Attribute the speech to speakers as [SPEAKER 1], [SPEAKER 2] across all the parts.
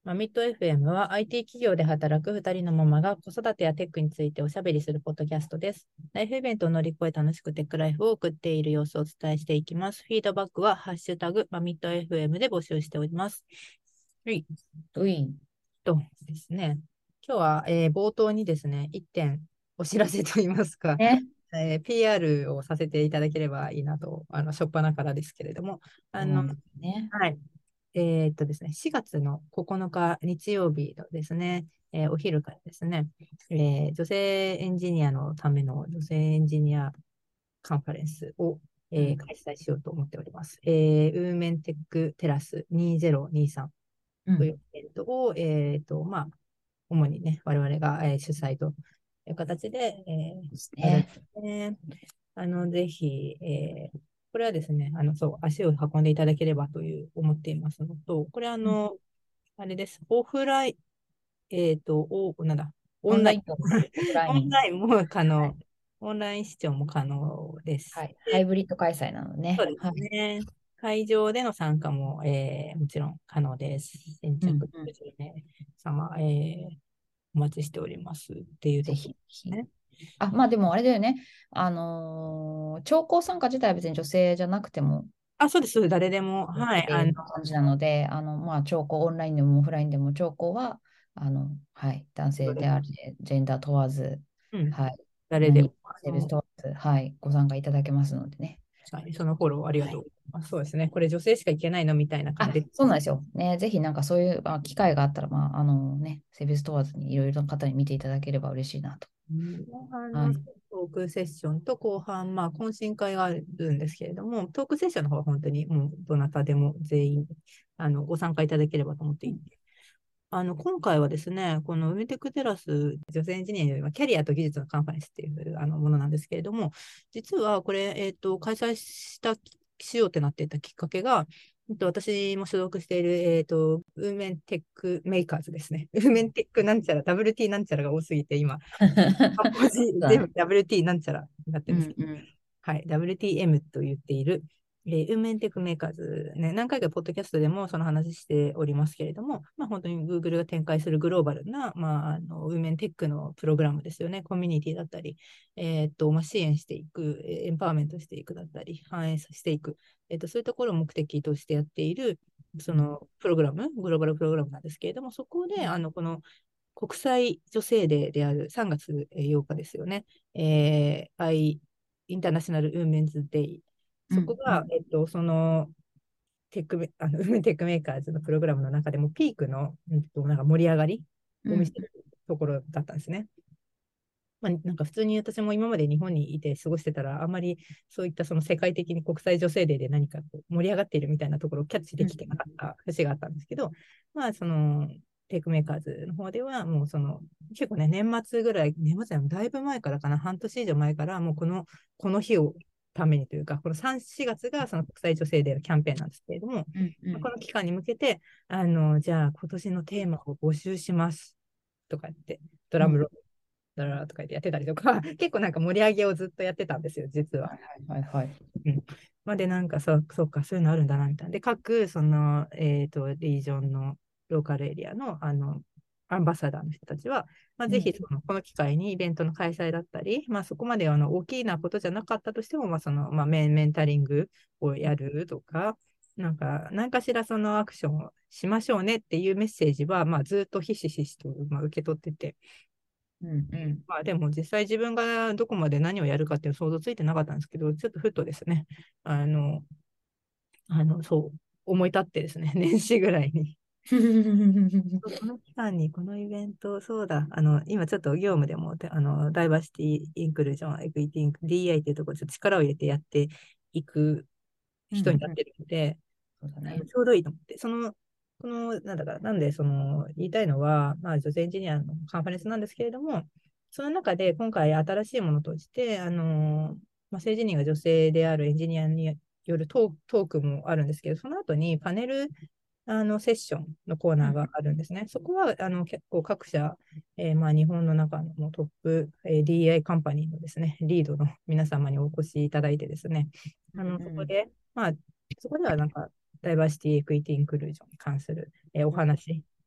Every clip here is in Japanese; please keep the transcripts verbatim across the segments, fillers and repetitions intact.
[SPEAKER 1] まあ、ミッド エフエム は アイティー 企業で働くふたりのママが子育てやテックについておしゃべりするポッドキャストです。ライフイベントを乗り越え楽しくテックライフを送っている様子をお伝えしていきます。フィードバックはハッシュタグ、まあ、ミッド エフエム で募集しております。はい。
[SPEAKER 2] うい。
[SPEAKER 1] とですね、今日は、えー冒頭にですね、いってんお知らせといいますか、
[SPEAKER 2] ね。
[SPEAKER 1] えー ピーアール をさせていただければいいなと、あの、初っ端からですけれども、あの、
[SPEAKER 2] そうなんですね。
[SPEAKER 1] はい。えーっとですね、しがつのここのか日曜日のですね、えーお昼からですね、えー女性エンジニアのための女性エンジニアカンファレンスを、えー
[SPEAKER 2] うん。
[SPEAKER 1] 開催しようと思っております。えーウーメンテックテラスにせんにじゅうさんという
[SPEAKER 2] うん。
[SPEAKER 1] イベントを、えーっと、まあ、主にね、我々が、えー主催という形で、えー
[SPEAKER 2] です
[SPEAKER 1] やるん
[SPEAKER 2] ね。
[SPEAKER 1] ですね。あの、ぜひ、えーこれはですね、あの、そう、足を運んでいただければという思っていますのと、これあ
[SPEAKER 2] うん。
[SPEAKER 1] の、あれです。オフライン、えっと、お、なんだ、オ
[SPEAKER 2] オ
[SPEAKER 1] ンライン。
[SPEAKER 2] ンラインとオフライン。
[SPEAKER 1] オンラインも可能。
[SPEAKER 2] はい。
[SPEAKER 1] オンライン視聴も可能です。
[SPEAKER 2] はい。ハイブリッド開催なのね。
[SPEAKER 1] そうで
[SPEAKER 2] はい。
[SPEAKER 1] すね。会場での参加も、えーもちろん可能です。先着
[SPEAKER 2] うん。うん。
[SPEAKER 1] じゅう名様、えーお待ちしておりますっていうところ
[SPEAKER 2] ぜひ、ぜひ。
[SPEAKER 1] ですね。
[SPEAKER 2] あ、まあでもあれだよね。あのー聴講参加自体は別に女性じゃなくても
[SPEAKER 1] あ、そうです。誰でも。
[SPEAKER 2] っ
[SPEAKER 1] はい。
[SPEAKER 2] ていう
[SPEAKER 1] あの、
[SPEAKER 2] 感じなので、あの、まあ、聴講、オンラインでもオフラインでも聴講は、あの、はい、男性であれ、ジェンダー問わず、
[SPEAKER 1] うん。
[SPEAKER 2] はい、
[SPEAKER 1] 誰でも。
[SPEAKER 2] 何、
[SPEAKER 1] あの、
[SPEAKER 2] 性別問わず、はい、ご参加いただけますのでね。
[SPEAKER 1] 確かにそのフォローありが
[SPEAKER 2] はい。
[SPEAKER 1] とうございます。そうですね。これ女性しか行けないのみたいな感
[SPEAKER 2] あ、
[SPEAKER 1] じで。
[SPEAKER 2] そうなんですよ。ね、ぜひなんかそういうあ機会があったら、まあ、あのね、性別問わずにいろいろな方に見ていただければ嬉しいなと。
[SPEAKER 1] 後半の
[SPEAKER 2] はい。
[SPEAKER 1] トークセッションと後半、まあ、懇親会があるんですけれども、トークセッションの方は本当にもうどなたでも全員あのご参加いただければと思っていて、あの今回はですね、このウメテックテラス女性エンジニアよりはキャリアと技術のカンファレンスっていうあのものなんですけれども、実はこれ、えっと、開催したしようってなっていたきっかけが、えっと私も所属している、えっと、ウーメンテックメーカーズですね。ウーメンテックなんちゃら、ダブリューティー なんちゃらが多すぎて、今、文字全部
[SPEAKER 2] そうだね。
[SPEAKER 1] ダブリューティー なんちゃらになって
[SPEAKER 2] う
[SPEAKER 1] るんですけど、
[SPEAKER 2] んうん。
[SPEAKER 1] はい、ダブリューティーエム と言っている、えー、運面テックメーカーズ、ね、何回かポッドキャストでもその話しておりますけれども、まあ、本当に Google が展開するグローバルな、まあ、あの運面テックのプログラムですよね、コミュニティだったり、えーっとまあ、支援していく、エンパワーメントしていくだったり、反映していく、えーっと、そういうところを目的としてやっている、そのプログラム、グローバルプログラムなんですけれども、そこで、あのこの国際女性デーであるさんがつようかですよね。えー、I インターナショナルウーメンズデイ。そこが、
[SPEAKER 2] うんうん。
[SPEAKER 1] えっと、そのテックメ、あの、ウーメンテックメーカーズのプログラムの中でもピークの、うんと、なんか盛り上がりを見せて
[SPEAKER 2] うん
[SPEAKER 1] るところだったんですね。まあ、なんか普通に私も今まで日本にいて過ごしてたら、あんまりそういったその世界的に国際女性デーで何かこう盛り上がっているみたいなところをキャッチできてなかった節があったんですけど、まあそのテイクメーカーズの方ではもうその結構ね、年末ぐらい、年末だいぶ前からかな、半年以上前からもうこの、この日をためにというか、このさん、しがつがその国際女性デーのキャンペーンなんですけれども、
[SPEAKER 2] うんうん。
[SPEAKER 1] この期間に向けて、あの、じゃあ今年のテーマを募集しますとか言って、ド
[SPEAKER 2] うん。
[SPEAKER 1] ラムロールだらとか言ってやってたりとか、結構なんか盛り上げをずっとやってたんですよ、実は。
[SPEAKER 2] はいはいはいはい。
[SPEAKER 1] うん。まあ、で、なんかそう、そうか、そういうのあるんだな、みたいな。で、各、その、えっと、リージョンのローカルエリアの、あの、アンバサダーの人たちは、まあ、
[SPEAKER 2] うん。
[SPEAKER 1] ぜひその、この機会にイベントの開催だったり、まあ、そこまであの大きなことじゃなかったとしても、まあ、その、まあ、メンメンタリングをやるとか、なんか、何かしらそのアクションをしましょうねっていうメッセージは、まあ、ずっとひしひしと、まあ、受け取ってて、
[SPEAKER 2] うんうん。
[SPEAKER 1] まあでも実際自分がどこまで何をやるかっていう想像ついてなかったんですけど、ちょっとふっとですね、あの、あの、そう、思い立ってですね、年始ぐらいに、この期間にこのイベント、そうだ、あの、今ちょっと業務でも、あの、ダイバーシティ、インクルージョン、エクイティ、ディーアイ っていうところにちょっと力を入れてやっていく
[SPEAKER 2] うんうん。
[SPEAKER 1] 人になってるので、
[SPEAKER 2] そうだね。
[SPEAKER 1] あのちょうどいいと思って、その、この、なんだか、なんで、その、言いたいのは、まあ、女性エンジニアのカンファレンスなんですけれども、その中で今回新しいものとして、あの、まあ、性自認が女性であるエンジニアによるトートークもあるんですけど、その後にパネルあのセッションのコーナーがあるんですね。そこはあの結構各社、えーまあ、日本の中のもうトップ、えー ディーアイ カンパニーのですね、リードの皆様にお越しいただいてですね、あのそこ
[SPEAKER 2] うん
[SPEAKER 1] で、まあ、そこではなんかダイバーシティ、エクイティ、インクルージョンに関する、えーお話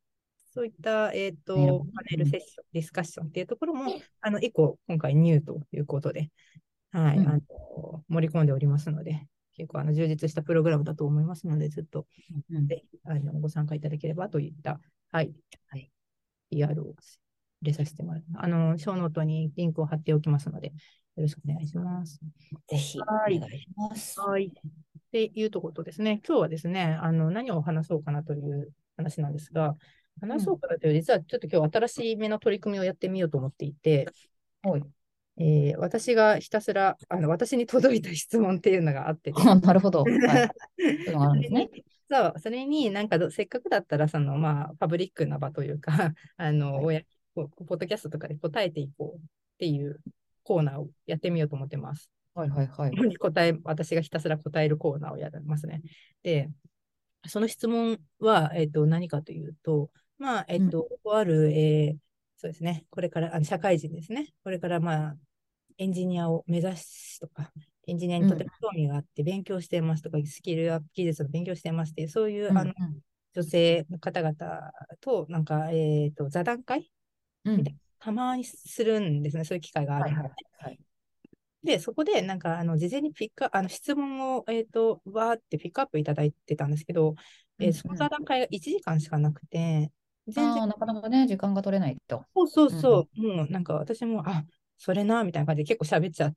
[SPEAKER 1] そういった、えっと、
[SPEAKER 2] なるほど。
[SPEAKER 1] パネ
[SPEAKER 2] うん。
[SPEAKER 1] ルセッション、ディスカッションっていうところも、あの、一個、今回ニューということで、はい、あ
[SPEAKER 2] うん。
[SPEAKER 1] の、盛り込んでおりますので、結構、あの、充実したプログラムだと思いますので、ずっと、
[SPEAKER 2] うん。
[SPEAKER 1] ぜひ、あの、ご参加いただければといった、はい、
[SPEAKER 2] はい。
[SPEAKER 1] ピーアール を入れさせてもらいます。あの、ショーノートにリンクを貼っておきますので、よろしくお願いします。
[SPEAKER 2] ぜひ
[SPEAKER 1] はい。
[SPEAKER 2] お願いします。
[SPEAKER 1] はい。っていうところとですね、今日はですね、あの、何を話そうかなという話なんですが、話そう
[SPEAKER 2] うん。
[SPEAKER 1] かなという、実はちょっと今日新しい目の取り組みをやってみようと思っていて、
[SPEAKER 2] はい。
[SPEAKER 1] えー私がひたすら、あの、私に届いた質問っていうのがあってですね。
[SPEAKER 2] なるほど。はい。そういうのがあるんですね。
[SPEAKER 1] それに、そう、それになんかどせっかくだったら、その、まあ、パブリックな場というか、あの、
[SPEAKER 2] はい。
[SPEAKER 1] 親ポポッドキャストとかで答えていこうっていうコーナーをやってみようと思ってます。
[SPEAKER 2] はいはいはい。
[SPEAKER 1] 答え、私がひたすら答えるコーナーをやりますね。で、その質問は、えっと、何かというと、まあ、え
[SPEAKER 2] うん。
[SPEAKER 1] っと、とある、えーそうですね、これから、あの社会人ですね、これから、まあ、エンジニアを目指すとか、エンジニアに
[SPEAKER 2] うん。
[SPEAKER 1] とても興味があって勉強してますとか、スキルアップ技術の勉強してますっていう、そういうあの
[SPEAKER 2] うん。うん。
[SPEAKER 1] 女性の方々と、なんか、えっと、座談会みたいな、
[SPEAKER 2] うん。
[SPEAKER 1] たまにするんですね、そういう機会があるんです。
[SPEAKER 2] はいはいはい。
[SPEAKER 1] で、そこで、なんか、あの、事前にピックアあの、質問を、えっと、わーってピックアップいただいてたんですけど、えーその
[SPEAKER 2] うんうん。
[SPEAKER 1] 座談会がいちじかんしかなくて、全然、
[SPEAKER 2] ああ、なかなかね、時間が取れないと。
[SPEAKER 1] そうそう
[SPEAKER 2] うん。
[SPEAKER 1] そう、もうなんか私も、あ、それな、みたいな感じで結構喋っちゃって、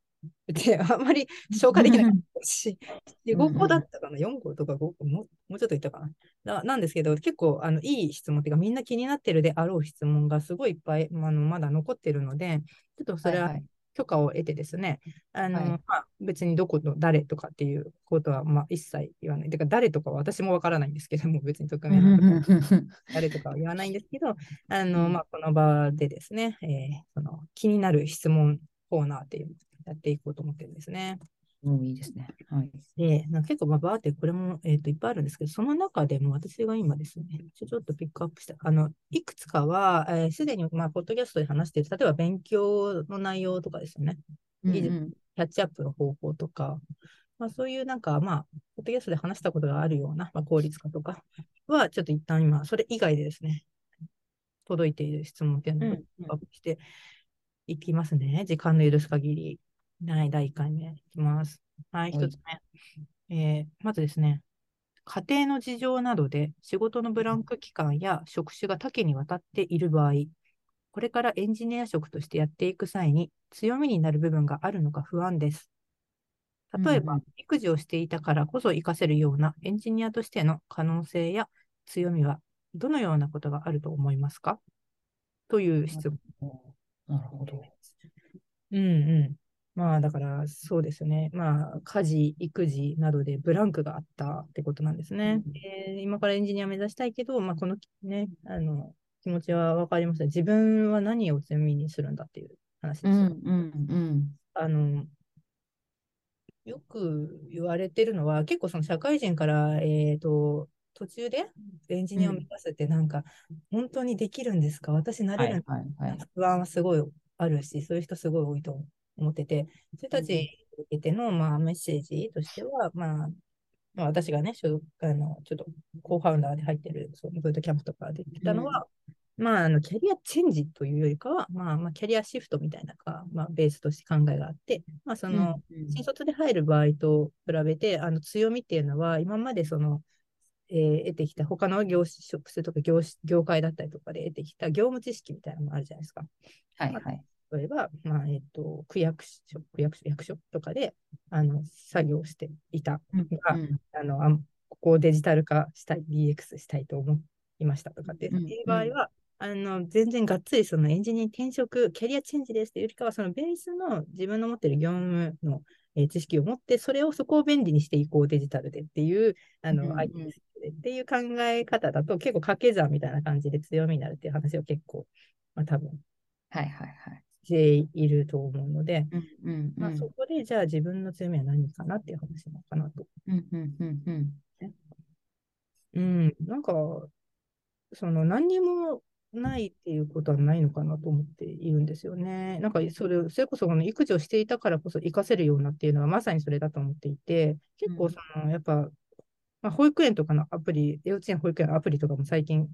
[SPEAKER 1] あんまり消化できなかっ
[SPEAKER 2] うん
[SPEAKER 1] たし、
[SPEAKER 2] う
[SPEAKER 1] よんこだ
[SPEAKER 2] ん
[SPEAKER 1] ったかな、よんことかごこ、もう、もうちょっといったかな。な、なんですけど、結構あのいい質問っていうか、みんな気になってるであろう質問がすごいいっぱい、まあのまだ残ってるので、ちょっとそれは
[SPEAKER 2] はいはい。
[SPEAKER 1] 許可を得てですね、あの、
[SPEAKER 2] はい。
[SPEAKER 1] まあ、別にどこの誰とかっていうことは、まあ、一切言わない。てか、誰とかは私もわからないんですけども、別に匿名なんで。誰とかは言わないんですけど、あの、ま
[SPEAKER 2] うん。
[SPEAKER 1] あ、この場でですね、えーその気になる質問コーナーっていうのをやっていこうと思ってるんですね。
[SPEAKER 2] うん、いいですね。はい。
[SPEAKER 1] で、なんか結構まあバーってこれも、えーといっぱいあるんですけど、その中でも私が今ですね、ちょちょっとピックアップした、あの、いくつかは、えーすでにまあ、ポッドキャストで話している、例えば勉強の内容とかですよね。技術、
[SPEAKER 2] うんうん。
[SPEAKER 1] キャッチアップの方法とか、まあ、そういうなんか、まあ、ポッドキャストで話したことがあるような、まあ、効率化とかは、ちょっと一旦今、それ以外でですね、届いている質問っていうのをピッ
[SPEAKER 2] うんうん。
[SPEAKER 1] クアップしていきますね。時間の許す限り。はい、だいいっかいめいきます。はい、
[SPEAKER 2] はい。
[SPEAKER 1] 一つ目。えーまずですね、家庭の事情などで仕事のブランク期間や職種が多岐にわたっている場合、これからエンジニア職としてやっていく際に強みになる部分があるのか不安です。
[SPEAKER 2] うん
[SPEAKER 1] 例えば、
[SPEAKER 2] うん。
[SPEAKER 1] 育児をしていたからこそ活かせるようなエンジニアとしての可能性や強みはどのようなことがあると思いますかという
[SPEAKER 2] なる
[SPEAKER 1] 質問。
[SPEAKER 2] ほど。なるほど。
[SPEAKER 1] うんうん。まあ、だから、そうですね。まあ、家事、育児などでブランクがあったってことなんですね。
[SPEAKER 2] うん。
[SPEAKER 1] えー今からエンジニア目指したいけど、まあ、このね、あの、気持ちはわかりますね。自分は何を強みにするんだっていう話ですよ。
[SPEAKER 2] うんうんうん。
[SPEAKER 1] あの、よく言われてるのは、結構その社会人から、えっと、途中でエンジニアを目指
[SPEAKER 2] うん。
[SPEAKER 1] すってなんか、本当にできるんですか、私なれるん
[SPEAKER 2] はいはいはい。
[SPEAKER 1] 不安はすごいあるし、そういう人すごい多いと思ってて、そういう人たちに
[SPEAKER 2] うん
[SPEAKER 1] 向けての、まあ、メッセージとしては、まあ、まあ、私がね、所属あのちょっとコーファウンダーで入ってるそのブートキャンプとかで言って
[SPEAKER 2] うん。
[SPEAKER 1] たのは、まあ、あのキャリアチェンジというよりかは、まあ、まあ、キャリアシフトみたいなか、まあ、ベースとして考えがあって、まあ、そ
[SPEAKER 2] うん。
[SPEAKER 1] の
[SPEAKER 2] うん。
[SPEAKER 1] 新卒で入る場合と比べて、あの強みっていうのは、今までその、えー得てきた他の業種とか業業界だったりとかで得てきた業務知識みたいなのがあるじゃないですか。まあ、
[SPEAKER 2] はいはい。
[SPEAKER 1] 例えば、まあえっと、区役所、区役所、役所とかであの作業していた
[SPEAKER 2] うんう
[SPEAKER 1] が、
[SPEAKER 2] ん。
[SPEAKER 1] あのあここをデジタル化したい、ディーエックス したいと思いましたとかって
[SPEAKER 2] うん
[SPEAKER 1] いう
[SPEAKER 2] うん。
[SPEAKER 1] 場合は、あの全然がっつりそのエンジニアに転職、キャリアチェンジですというよりかは、そのベースの自分の持っている業務の、えー知識を持って、それをそこを便利にしていこう、デジタルでっていう、あ
[SPEAKER 2] うん
[SPEAKER 1] の、アイテ
[SPEAKER 2] うん。
[SPEAKER 1] ムっていう考え方だと、結構掛け算みたいな感じで強みになるっていう話を結構、まあ、多分
[SPEAKER 2] はいはいはい。
[SPEAKER 1] していると思うので、
[SPEAKER 2] うんうんう
[SPEAKER 1] まあ、そ
[SPEAKER 2] ん。
[SPEAKER 1] こでじゃあ自分の強みは何かなっていう話なのかなと。
[SPEAKER 2] うんうんうんうん。
[SPEAKER 1] うん、なんか、その何にもないっていうことはないのかなと思っているんですよね。なんかそれ、それこそこの育児をしていたからこそ活かせるようなっていうのはまさにそれだと思っていて、結構そ
[SPEAKER 2] うん。
[SPEAKER 1] のやっぱ、まあ、保育園とかのアプリ、幼稚園保育園のアプリとかも最近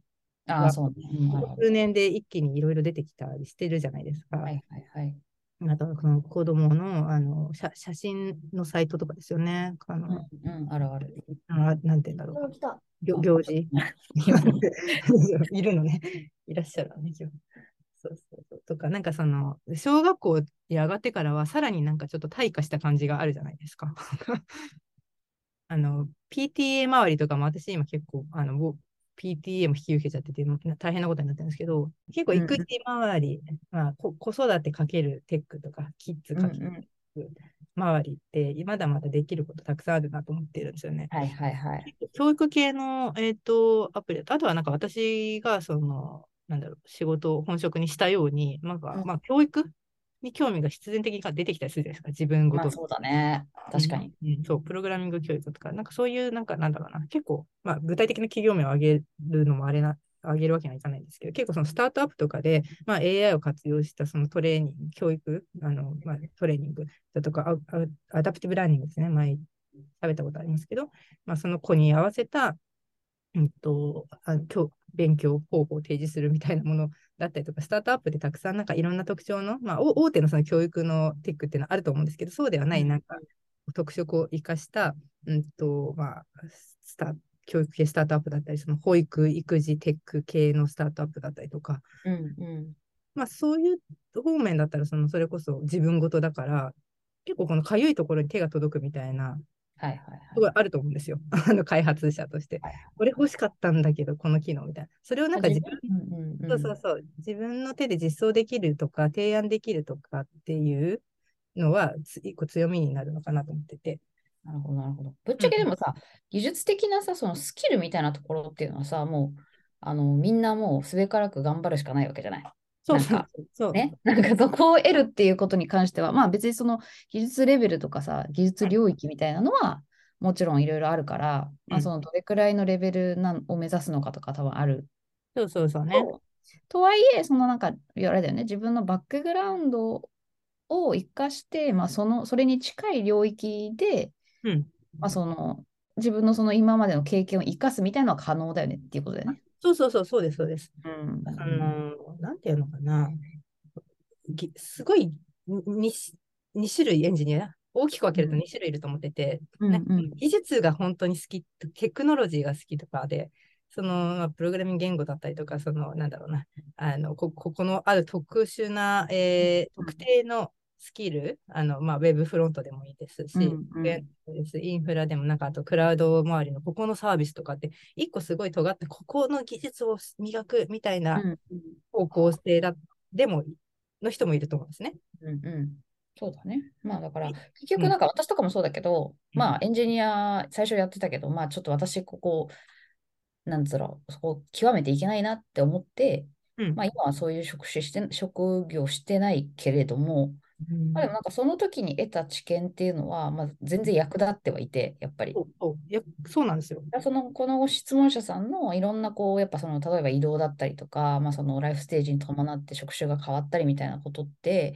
[SPEAKER 2] ああ、そうね。うん、あるある。
[SPEAKER 1] 数年で一気にいろいろ出てきたりしてるじゃないですか。
[SPEAKER 2] はいはいはい。
[SPEAKER 1] あとはこの子供の、あの写、写真のサイトとかですよね。あ
[SPEAKER 2] うん
[SPEAKER 1] の、
[SPEAKER 2] うん、あるある。
[SPEAKER 1] あ、なんて言うんだろう。
[SPEAKER 2] 来た。
[SPEAKER 1] 行
[SPEAKER 2] あ、
[SPEAKER 1] 行事いるのね。いらっしゃるのね、今日。そうそうそう。とか、なんかその、小学校に上がってからは、さらになんかちょっと退化した感じがあるじゃないですか。あの、ピーティーエー 周りとかも私今結構、あの、ぼ ピーティーエー も引き受けちゃってて、大変なことになってるんですけど、結構育児
[SPEAKER 2] うんうん
[SPEAKER 1] 周り、まあ、こ子育てかけるテックとか、キッズ
[SPEAKER 2] うんう
[SPEAKER 1] かける
[SPEAKER 2] ん。
[SPEAKER 1] テック周りって、まだまだできることたくさんあるなと思ってるんですよね。
[SPEAKER 2] はいはいはい。
[SPEAKER 1] 教育系の、えーと、アプリだと、あとはなんか私がその、なんだろう、仕事を本職にしたように、なんか、
[SPEAKER 2] うん、
[SPEAKER 1] まあ、教育に興味が必然的に出てきたりするじゃないですか、自分ごと。
[SPEAKER 2] まあそうだね。
[SPEAKER 1] うん、
[SPEAKER 2] 確かに。
[SPEAKER 1] うん、そう、プログラミング教育とか、なんかそういう、なんかなんだろうな、結構、まあ、具体的な企業名を挙げるのもあれな、挙げるわけにはいかないんですけど、結構そのスタートアップとかで、まあ、エーアイ を活用したそのトレーニング、教育、あの、まあ、トレーニングだとか、アアアダプティブラーニングですね、前食べたことありますけど、まあ、その子に合わせた、うんと、あ教勉強方法を提示するみたいなものだったりとか、スタートアップでたくさんなんかいろんな特徴の、まあ、お大手のその教育のテックっていうのはあると思うんですけど、そうではな
[SPEAKER 2] うん
[SPEAKER 1] いなんか特色を生かした、うんと、まあ、スタ教育系スタートアップだったり、その保育、育児、テック系のスタートアップだったりとか、
[SPEAKER 2] うんうん。
[SPEAKER 1] まあ、そういう方面だったら、そのそれこそ自分ごとだから、結構このかゆいところに手が届くみたいな、
[SPEAKER 2] はいはいはい。
[SPEAKER 1] すごいあると思うんですよ。あの開発者として。
[SPEAKER 2] はい
[SPEAKER 1] これ
[SPEAKER 2] はい。
[SPEAKER 1] 欲しかったんだけど、この機能みたいな。それをなん
[SPEAKER 2] あ、自
[SPEAKER 1] か自分、
[SPEAKER 2] 分、うんうんうん。
[SPEAKER 1] そうそうそう、自分の手で実装できるとか、提案できるとかっていうのは、一個強みになるのかなと思ってて。
[SPEAKER 2] なるほどなるほど。ぶっちゃ
[SPEAKER 1] うん、
[SPEAKER 2] けでもさ、技術的なさ、そのスキルみたいなところっていうのはさ、もう、あの、みんなもうすべからく頑張るしかないわけじゃない。
[SPEAKER 1] そうそう
[SPEAKER 2] なんか、
[SPEAKER 1] そう。
[SPEAKER 2] ね、なんかそこを得るっていうことに関しては、まあ別にその技術レベルとかさ、技術領域みたいなのはもちろんいろいろあるから、
[SPEAKER 1] うん、
[SPEAKER 2] まあそのどれくらいのレベルなんを目指すのかとか多分ある
[SPEAKER 1] そうそうそうね。
[SPEAKER 2] と、とはいえ、そのなんか、あれだよね、自分のバックグラウンドを生かして、まあその、それに近い領域で、
[SPEAKER 1] うん。
[SPEAKER 2] まあその、自分のその今までの経験を生かすみたいなのは可能だよねっていうことだよね。
[SPEAKER 1] そうそうそう、そうです、そうです。
[SPEAKER 2] うん。
[SPEAKER 1] あの、なんていうのかな。ぎすごいにに種類エンジニア、大きく分けると
[SPEAKER 2] うん。
[SPEAKER 1] に種類いると思ってて、なんか
[SPEAKER 2] うんうん。
[SPEAKER 1] 技術が本当に好き、テクノロジーが好きとかで、その、まあプログラミング言語だったりとか、その、なんだろうな、あの、こ、ここのある特殊な、えー特定のスキル、あの、まあ、ウェブフロントでもいいです
[SPEAKER 2] うん
[SPEAKER 1] し、
[SPEAKER 2] うん。
[SPEAKER 1] インフラでもなんかあとクラウド周りのここのサービスとかって一個すごい尖ってここの技術を磨くみたいな
[SPEAKER 2] うん
[SPEAKER 1] 方向性だでもの人もいると思うんですね。
[SPEAKER 2] うんうん。そうだね。まあだから、結
[SPEAKER 1] うん。
[SPEAKER 2] 局なんか私とかもそうだけど、
[SPEAKER 1] うん。
[SPEAKER 2] まあエンジニア最初やってたけど、まあちょっと私ここ、なんつうの、そこ極めていけないなって思って、
[SPEAKER 1] うん。
[SPEAKER 2] まあ今はそういう職種して、職業してないけれども、
[SPEAKER 1] うん。
[SPEAKER 2] まあ、でもなんかその時に得た知見っていうのは、まあ、全然役立ってはいて、やっぱり。
[SPEAKER 1] そうそう。いや、そうなんですよ。
[SPEAKER 2] その、この質問者さんのいろんな、こう、やっぱその、例えば移動だったりとか、まあ、そのライフステージに伴って職種が変わったりみたいなことって、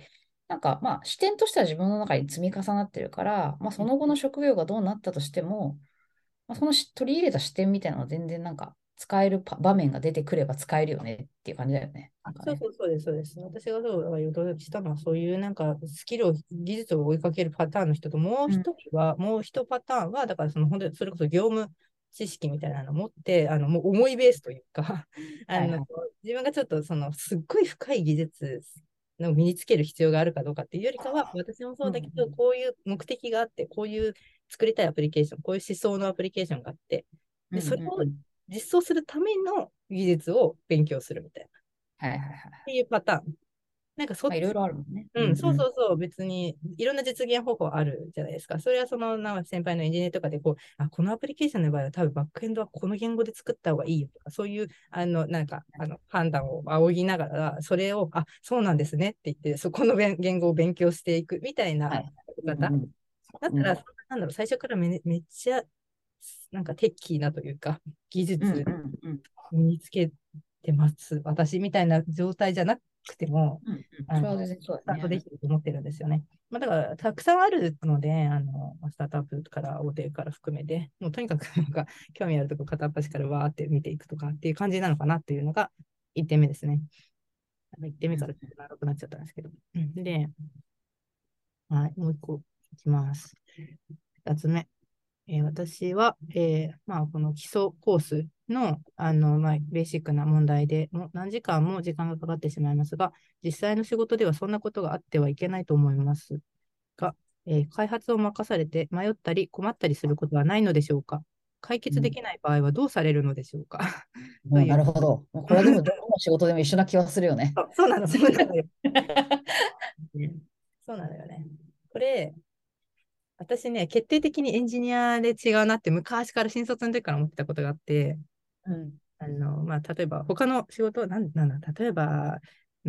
[SPEAKER 2] なんか、まあ、視点としては自分の中に積み重なってるから、まあ、その後の職業がどうなったとしても、まあ、そのし取り入れた視点みたいなのは全然なんか、使えるパ場面が出てくれば使えるよねっていう感じだよね。なんかね。
[SPEAKER 1] そうそうそうです、そうです。私がそう言おうとしたのは、そういうなんかスキルを、技術を追いかけるパターンの人と、もう
[SPEAKER 2] うん。
[SPEAKER 1] 一人は、もう一パターンは、だからその本当にそれこそ業務知識みたいなのを持って、あの、もう重いベースというか、あの、
[SPEAKER 2] はいはい。
[SPEAKER 1] 自分がちょっとその、すっごい深い技術の身につける必要があるかどうかっていうよりかは、私もそ
[SPEAKER 2] う
[SPEAKER 1] うだけど、
[SPEAKER 2] ん
[SPEAKER 1] こういう目的があって、こういう作りたいアプリケーション、こういう思想のアプリケーションがあって、
[SPEAKER 2] うん
[SPEAKER 1] で、それを
[SPEAKER 2] うんうん。
[SPEAKER 1] 実装するための技術を勉強するみたいな。
[SPEAKER 2] はいはいはい。
[SPEAKER 1] っていうパターン。なんかそ
[SPEAKER 2] まあ、いろい
[SPEAKER 1] っち、
[SPEAKER 2] ろあるもんね。う
[SPEAKER 1] うん、そう
[SPEAKER 2] んうん。
[SPEAKER 1] そうそう、別にいろんな実現方法あるじゃないですか。それはそのなんか先輩のエンジニアとかでこう、あ、このアプリケーションの場合は多分バックエンドはこの言語で作った方がいいよとか、そういうあのなんかあの判断を仰ぎながら、それを、あ、そうなんですねって言って、そこの言言語を勉強していくみたいな
[SPEAKER 2] はい。うん
[SPEAKER 1] 方
[SPEAKER 2] うん。
[SPEAKER 1] だったら、
[SPEAKER 2] うん
[SPEAKER 1] なんだろう、最初からめめっちゃなんかテッキーなというか、技
[SPEAKER 2] うん
[SPEAKER 1] 術
[SPEAKER 2] うんうん。
[SPEAKER 1] 身につけてます。私みたいな状態じゃなくても、
[SPEAKER 2] うんうん、
[SPEAKER 1] あの、
[SPEAKER 2] それは全然そう
[SPEAKER 1] スタートで
[SPEAKER 2] だね。
[SPEAKER 1] きると思ってるんですよね。まあ、だから、たくさんあるので、あの、スタートアップから大手から含めて、もうとにかくなんか、興味あるところ片っ端からわーって見ていくとかっていう感じなのかなっていうのがいってんめですね。いってんめ
[SPEAKER 2] うん
[SPEAKER 1] からちょっと長くなっちゃったんですけど。うん、で、はい、もう一個いきます。二つ目。えー私は、えーまあ、この基礎コースの、あの、まあ、ベーシックな問題で、もう何時間も時間がかかってしまいますが、実際の仕事ではそんなことがあってはいけないと思いますが、えー開発を任されて迷ったり困ったりすることはないのでしょうか？解決で
[SPEAKER 2] うん、
[SPEAKER 1] きない場合はどうされるのでしょうか？と
[SPEAKER 2] もう
[SPEAKER 1] いう。
[SPEAKER 2] なるほど。もうこれはでもどこの仕事でも一緒な気はするよね。
[SPEAKER 1] あ、そうなの、そうなのよ。ね、そうなのよね。これ、私ね、決定的にエンジニアで違うなって昔から新卒の時から思ってたことがあって、
[SPEAKER 2] うん。
[SPEAKER 1] あの、まあ、例えば他の仕事、なん、なんだ、例えば、うん、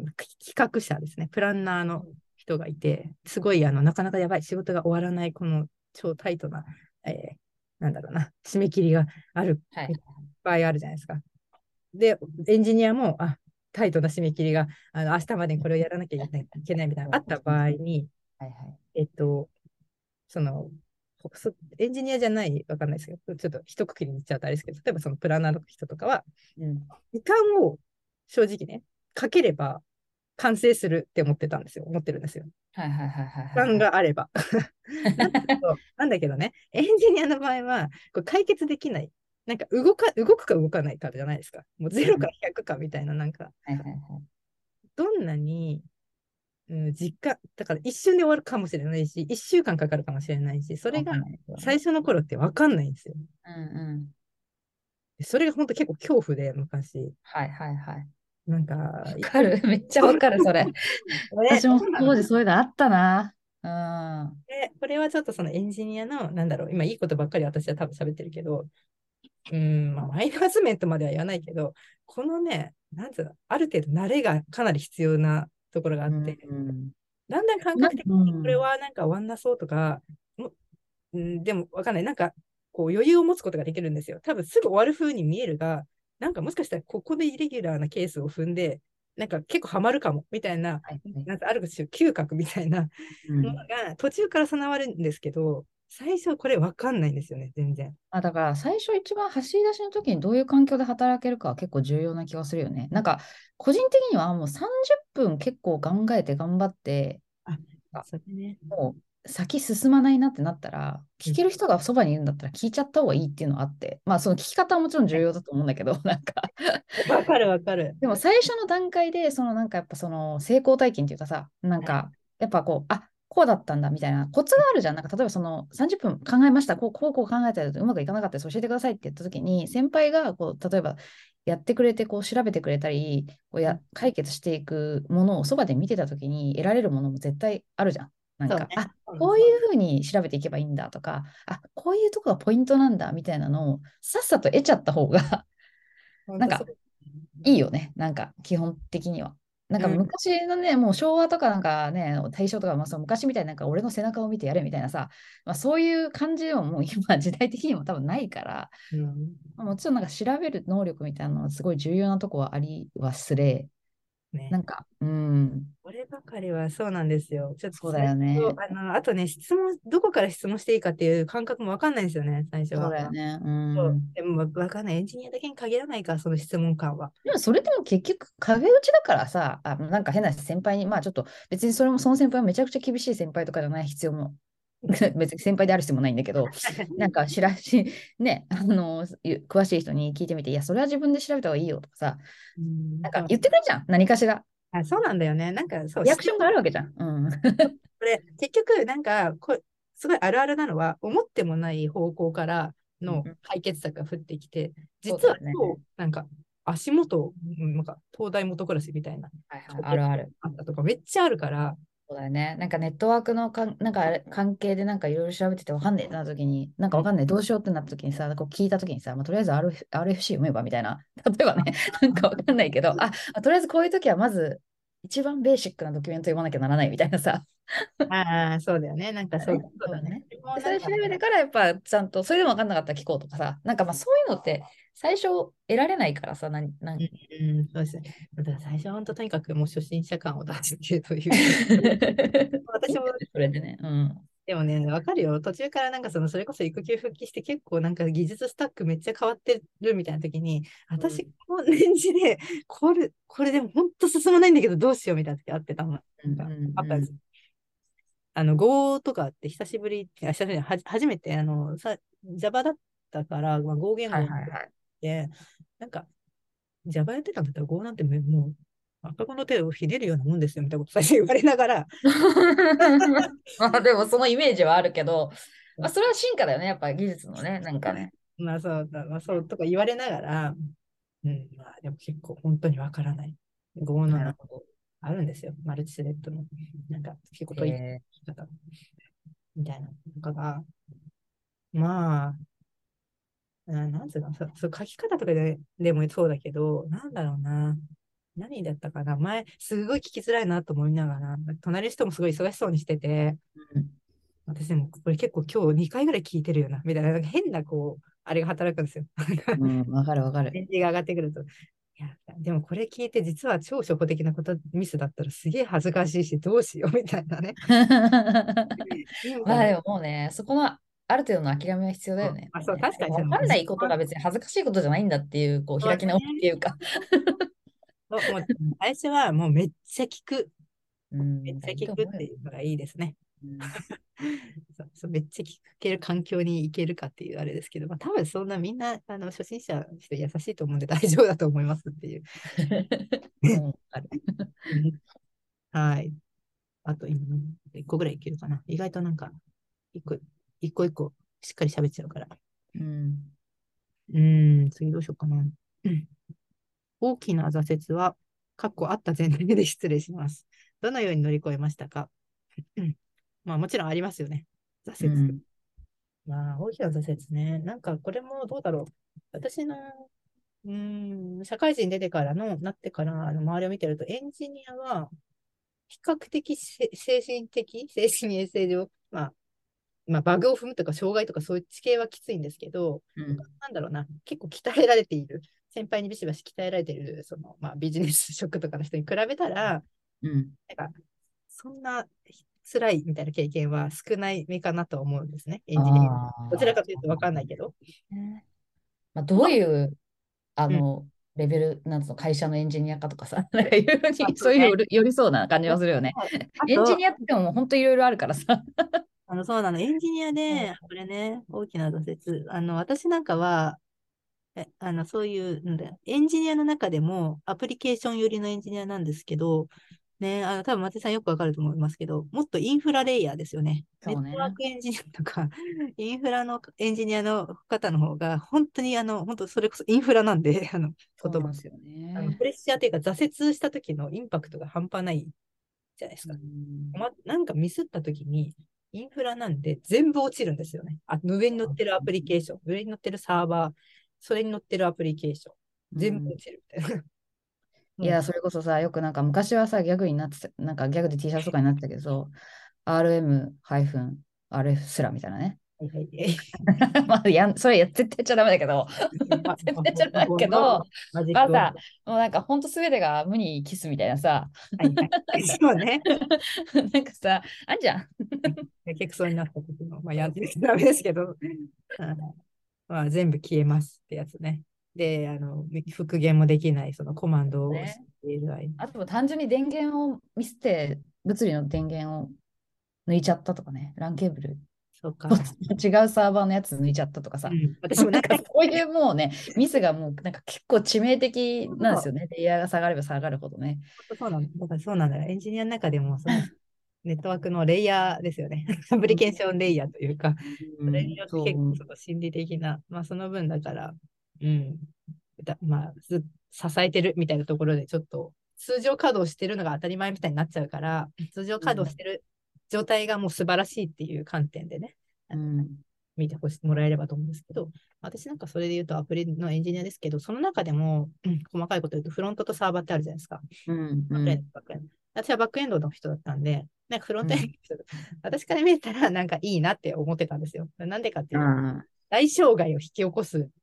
[SPEAKER 1] 企画者ですね、プランナーの人がいて、すごい、あの、なかなかやばい、仕事が終わらない、この超タイトな、えーなんだろうな、締め切りがある
[SPEAKER 2] はい。
[SPEAKER 1] 場合あるじゃないですか。で、エンジニアも、あ、タイトな締め切りが、あの、明日までにこれをやらなきゃいけないみたいな、あった場合に、
[SPEAKER 2] はいはい。
[SPEAKER 1] えっと、その、そエンジニアじゃない、わかんないですけど、ちょっと一括りに言っちゃうとあれですけど、例えばそのプランナーの人とかは、
[SPEAKER 2] うん。
[SPEAKER 1] 時間を正直ね、かければ完成するって思ってたんですよ。思ってるんですよ。
[SPEAKER 2] はいはいはいはい
[SPEAKER 1] 時間
[SPEAKER 2] はいはい。
[SPEAKER 1] があれば。なんだけど、なんだけどね、エンジニアの場合は、これ解決できない。なんか動か、動くか動かないかじゃないですか。もうゼロからひゃくかみたいな、なんか、
[SPEAKER 2] はいはいはい。
[SPEAKER 1] どんなに、うん、実感、だから一瞬で終わるかもしれないし、一週間かかるかもしれないし、それが
[SPEAKER 2] わかんないですよね。
[SPEAKER 1] 最初の頃ってわかんないんですよ。
[SPEAKER 2] うんうん。
[SPEAKER 1] それが本当結構恐怖で、昔。
[SPEAKER 2] はいはいはい。
[SPEAKER 1] なんか、
[SPEAKER 2] わ
[SPEAKER 1] い
[SPEAKER 2] かる。めっちゃわかる、それ。
[SPEAKER 1] ね、
[SPEAKER 2] 私も
[SPEAKER 1] そうなの。
[SPEAKER 2] 当時そういうのあったな。うん。は
[SPEAKER 1] で、これはちょっとそのエンジニアの、なんだろう、今いいことばっかり私は多分喋ってるけど、うん、まあ、マイナス面とまでは言わないけど、このね、なんつうの、ある程度慣れがかなり必要なところがあっ
[SPEAKER 2] うん
[SPEAKER 1] て、
[SPEAKER 2] うん。
[SPEAKER 1] だんだん感
[SPEAKER 2] な、
[SPEAKER 1] 覚的にこれ
[SPEAKER 2] うん。
[SPEAKER 1] はなんか終わんなそうとか、もうん、でもわかんない。なんか、こう余裕を持つことができるんですよ。多分すぐ終わる風に見えるが、なんかもしかしたらここでイレギュラーなケースを踏んで、なんか結構ハマるかも、みたいな、
[SPEAKER 2] はいはい。
[SPEAKER 1] なんかある種嗅覚みたいなもの
[SPEAKER 2] うん。
[SPEAKER 1] が途中から備わるんですけど、最初これわかんないんですよね、全然。
[SPEAKER 2] あ、だから最初一番走り出しの時にどういう環境で働けるかは結構重要な気がするよね。なんか個人的にはもうさんじゅっぷん結構考えて頑張って、
[SPEAKER 1] あ、
[SPEAKER 2] あ
[SPEAKER 1] それね。
[SPEAKER 2] もう先進まないなってなったら、
[SPEAKER 1] うん、
[SPEAKER 2] 聞ける人がそばにいるんだったら聞いちゃった方がいいっていうのがあって、まあその聞き方はもちろん重要だと思うんだけど、なんか
[SPEAKER 1] わかるわかる。
[SPEAKER 2] でも最初の段階で、そのなんかやっぱその成功体験っていうかさ、なんかやっぱこう、あ、こうだったんだみたいなコツがあるじゃん。なんか例えばそのさんじゅっぷん考えました、こうこうこう考えたらうまくいかなかったです、教えてくださいって言った時に、先輩がこう例えばやってくれてこう調べてくれたり、こうや解決していくものをそばで見てた時に得られるものも絶対あるじゃん。なんか、
[SPEAKER 1] そうね。
[SPEAKER 2] あ、
[SPEAKER 1] そうね、
[SPEAKER 2] こう
[SPEAKER 1] そうね。
[SPEAKER 2] いうふうに調べていけばいいんだとか、あ、こういうとこがポイントなんだみたいなのをさっさと得ちゃった方がなんか
[SPEAKER 1] 本当そう。
[SPEAKER 2] いいよね。なんか、基本的には。なんか
[SPEAKER 1] うん、
[SPEAKER 2] 昔のね、もう昭和とかなんかね、大正とか、まあ、その昔みたいな、なんか俺の背中を見てやれみたいなさ、まあ、そういう感じでももう今時代的にも多分ないから、
[SPEAKER 1] うん。
[SPEAKER 2] まあ、もちろんなんか調べる能力みたいなのはすごい重要なとこはありはすれ、な
[SPEAKER 1] ね。
[SPEAKER 2] んか、うん、
[SPEAKER 1] こればかりはそうなんですよ。ちょっと
[SPEAKER 2] そうだ
[SPEAKER 1] 最初、
[SPEAKER 2] よね。
[SPEAKER 1] あの、あとね、質問、どこから質問していいかっていう感覚もわかんないんですよね、最初
[SPEAKER 2] そう
[SPEAKER 1] は。
[SPEAKER 2] だよね。う
[SPEAKER 1] そう。
[SPEAKER 2] ん。
[SPEAKER 1] でも、わかんない。エンジニアだけに限らないか、その質問感は。
[SPEAKER 2] でもそれでも結局壁打ちだからさ、あ、なんか変な先輩に、まあちょっと別にそれもその先輩はめちゃくちゃ厳しい先輩とかじゃない必要も別に先輩である必要もないんだけど、なんか知らし、ね、あの、詳しい人に聞いてみて、いや、それは自分で調べた方がいいよとかさ、
[SPEAKER 1] うん、そう。
[SPEAKER 2] なんか言ってくれるじゃん、何かしら。
[SPEAKER 1] あ、そうなんだよね。なんか、そう、質
[SPEAKER 2] リアクションがあるわけじゃん。うん。
[SPEAKER 1] これ、結局、なんかこ、すごいあるあるなのは、思ってもない方向からの
[SPEAKER 2] うん、
[SPEAKER 1] 解決策が降ってきて、実は
[SPEAKER 2] そうだよね。
[SPEAKER 1] 今日、なんか、足元、うんなんか、東大元暮らしみたいな、
[SPEAKER 2] はいはい、あるある。
[SPEAKER 1] あったとかめっちゃあるから、
[SPEAKER 2] そうだよね。なんかネットワークのかん、なんかあれ関係でなんかいろいろ調べててわかんねえってなった時に、なんか
[SPEAKER 1] うん、
[SPEAKER 2] わかんない、どうしようってなった時にさ、こう聞いた時にさ、まあ、とりあえず アールエフ、アールエフシー 読めばみたいな。例えばね、なんかわかんないけど、あ、まあとりあえずこういう時はまず一番ベーシックなドキュメント読まなきゃならないみたいなさ。
[SPEAKER 1] ああ、そうだよね。なんかそう、
[SPEAKER 2] だね。
[SPEAKER 1] そうだね。
[SPEAKER 2] そうだね。で、それ
[SPEAKER 1] でもなんか、
[SPEAKER 2] 調べてからやっぱちゃんと、それでも分かんなかったら聞こうとかさ、なんかまあそういうのって最初得られないからさ、なん、なん
[SPEAKER 1] うん、うん、そうですね。だから最初は本当とにかくもう初心者感を出してというか、私も、
[SPEAKER 2] それでね、うん。
[SPEAKER 1] でもね、わかるよ。途中からなんかその、それこそ育休復帰して結構なんか技術スタックめっちゃ変わってるみたいな時に、私、この年次で、これ、これでも本当進まないんだけどどうしようみたいな時あってたの。
[SPEAKER 2] うん
[SPEAKER 1] なんかあったんです。
[SPEAKER 2] うん
[SPEAKER 1] あの、Go とかって久しぶり、あ、久しぶり、はじ初めて、あの、さ、Java だったから、まあ、Go 言
[SPEAKER 2] はい
[SPEAKER 1] 語
[SPEAKER 2] はいはい。
[SPEAKER 1] で、なんか、Java やってたんだったら Go なんてもう、赤子の手をひねるようなもんですよみたいなこと最初言われながら、
[SPEAKER 2] まあでもそのイメージはあるけど、まあ、それは進化だよね、やっぱ技術のね、なんかね。
[SPEAKER 1] まあそうだ、まあそうとか言われながら、うん、まあでも結構本当にわからない。Go のな
[SPEAKER 2] なるほど。
[SPEAKER 1] あるんですよ。マルチスレッドの、なんか結構
[SPEAKER 2] へ
[SPEAKER 1] 取り
[SPEAKER 2] え。
[SPEAKER 1] 方みたいなのとかが、まあ、ななんつうの、そ、そう書き方とかで、でもそうだけど、なんだろうな。何だったかな。前、すごい聞きづらいなと思いながら、隣の人もすごい忙しそうにしてて、
[SPEAKER 2] うん。
[SPEAKER 1] 私でもこれ結構今日にかいぐらい聞いてるよな、みたいな、なんか変なこう、あれが働くんですよ。
[SPEAKER 2] うん、わかるわかる。
[SPEAKER 1] レンジが上がってくると。いや、でもこれ聞いて実は超初歩的なことミスだったらすげえ恥ずかしいしどうしようみたいなね。今
[SPEAKER 2] まあでももうね、そこのある程度の諦めは必要だよね。
[SPEAKER 1] あ、そう、
[SPEAKER 2] もうね。
[SPEAKER 1] 確かにその、
[SPEAKER 2] わかんな
[SPEAKER 1] 自
[SPEAKER 2] いことが別に恥ずかしいことじゃないんだっていう、こう
[SPEAKER 1] 分はね、
[SPEAKER 2] 開き直りっていうか。
[SPEAKER 1] もうもう最初はもうめっちゃ聞く。
[SPEAKER 2] うん、
[SPEAKER 1] めっちゃ
[SPEAKER 2] いい
[SPEAKER 1] 聞くっ
[SPEAKER 2] と思うよ。
[SPEAKER 1] ていうのがいいですね。
[SPEAKER 2] うん。
[SPEAKER 1] そうそうめっちゃ聞ける環境に行けるかっていうあれですけど、まあ、多分そんなみんなあの初心者の人優しいと思うんで大丈夫だと思いますっていう。
[SPEAKER 2] うん、ある。
[SPEAKER 1] うんはい。あと今、一個ぐらいいけるかな。意外となんか、一個、一個一個しっかり喋っちゃうから。
[SPEAKER 2] うん。
[SPEAKER 1] うーん、次どうしようかな。うん大きな挫折は、過去あった前提で失礼します。どのように乗り越えましたか？うんまあもちろんありますよね。挫折。
[SPEAKER 2] うん。
[SPEAKER 1] まあ大きな挫折ね。なんかこれもどうだろう。私の、うーん、社会人出てからの、なってからあの周りを見てると、エンジニアは比較的せ精神的、精神衛生上、まあまあ、バグを踏むとか、障害とか、そういう地形はきついんですけど、
[SPEAKER 2] うん。
[SPEAKER 1] なんだろうな、結構鍛えられている、先輩にビシバシ鍛えられている、その、まあ、ビジネス職とかの人に比べたら、
[SPEAKER 2] うん。
[SPEAKER 1] なんか、そんな辛いみたいな経験は少ない目かなと思うんですね、エンジニア。
[SPEAKER 2] あ
[SPEAKER 1] どちら
[SPEAKER 2] あ。
[SPEAKER 1] かというと分かんないけど。
[SPEAKER 2] ね。まあ、どういう、あ
[SPEAKER 1] うん。
[SPEAKER 2] の、レベル、なんつうの、会社のエンジニアかとかさ、なんかいうふう
[SPEAKER 1] あ、
[SPEAKER 2] に、
[SPEAKER 1] そうね。
[SPEAKER 2] そういうより寄りそうな感じはするよね。
[SPEAKER 1] あと、
[SPEAKER 2] エンジニアってでももう本当いろいろあるからさ。
[SPEAKER 1] あの、そうなの、エンジニアで、
[SPEAKER 2] う
[SPEAKER 1] これね、大きな挫折。あの、私なんかは、え、あの、そういう、なんだよ、エンジニアの中でもアプリケーション寄りのエンジニアなんですけど、ね、あの、多分松井さんよくわかると思いますけど、もっとインフラレイヤーですよね。ネットワー
[SPEAKER 2] そうね。
[SPEAKER 1] クエンジニアとか、インフラのエンジニアの方の方が、本当にあの、本当それこそインフラなんで、あの、言葉。
[SPEAKER 2] そうなんですよ
[SPEAKER 1] あの、
[SPEAKER 2] ね。
[SPEAKER 1] プレッシャーというか挫折した時のインパクトが半端ないじゃないです
[SPEAKER 2] う
[SPEAKER 1] か。
[SPEAKER 2] ん。
[SPEAKER 1] ま、なんかミスった時に、インフラなんで全部落ちるんですよね。あ、上に乗ってるアプリケーション、上に乗ってるサーバー、それに乗ってるアプリケーション、全部
[SPEAKER 2] うん。
[SPEAKER 1] 落ちるみたいな。
[SPEAKER 2] いや、
[SPEAKER 1] もう、
[SPEAKER 2] それこそさ、よくなんか昔はさ、ギャグになってた、なんかギャグで T シャツとかになってたけど、アールエム-アールエフ すらみたいなね。
[SPEAKER 1] はいはい。
[SPEAKER 2] まあ、やん、それや絶対やっちゃダメだけど、
[SPEAKER 1] ま、
[SPEAKER 2] 絶対
[SPEAKER 1] ま、
[SPEAKER 2] やっちゃダメだけ
[SPEAKER 1] ま、
[SPEAKER 2] ど、
[SPEAKER 1] マジックを。
[SPEAKER 2] まあさ、もうなんか本当すべてが無にキスみたいなさ、
[SPEAKER 1] はいはい。そうね。
[SPEAKER 2] なんかさ、あんじゃん。
[SPEAKER 1] やけくそになった時の、まあ、やってダメですけど、うんまあ、全部消えますってやつね。で、あの、復元もできない、そのコマンドをし
[SPEAKER 2] ね。
[SPEAKER 1] ている間に。
[SPEAKER 2] あとも単純に電源をミスって、物理の電源を抜いちゃったとかね、ランケーブル、
[SPEAKER 1] そうか。
[SPEAKER 2] 違うサーバーのやつ抜いちゃったとかさ、
[SPEAKER 1] うん。私もなんか、
[SPEAKER 2] なんかそういうもうね、ミスがもうなんか結構致命的なんです
[SPEAKER 1] そう
[SPEAKER 2] よね。レイヤーが下がれば下がるほどね。
[SPEAKER 1] そうなんだ。だからそうなんだよ。エンジニアの中でも、そのネットワークのレイヤーですよね。アプリケーションレイヤーというか、それに
[SPEAKER 2] うん、
[SPEAKER 1] よって結構
[SPEAKER 2] そう。
[SPEAKER 1] その心理的な、まあその分だから、うん、だまあ、ず支えてるみたいなところでちょっと通常稼働してるのが当たり前みたいになっちゃうから、通常稼働してる状態がもう素晴らしいっていう観点でね、あの
[SPEAKER 2] うん。
[SPEAKER 1] 見てほしもらえればと思うんですけど、私なんかそれで言うとアプリのエンジニアですけど、その中でも、うん、細かいこと言うとフロントとサーバーってあるじゃないですか。
[SPEAKER 2] うん。う
[SPEAKER 1] バックエンド、
[SPEAKER 2] ん。
[SPEAKER 1] バックエンド。私はバックエンドの人だったんで、なんかフロントエンド
[SPEAKER 2] うん。
[SPEAKER 1] の人、私から見えたらなんかいいなって思ってたんですよ。なんでかっていうと、
[SPEAKER 2] ああ。
[SPEAKER 1] 大障害を引き起こす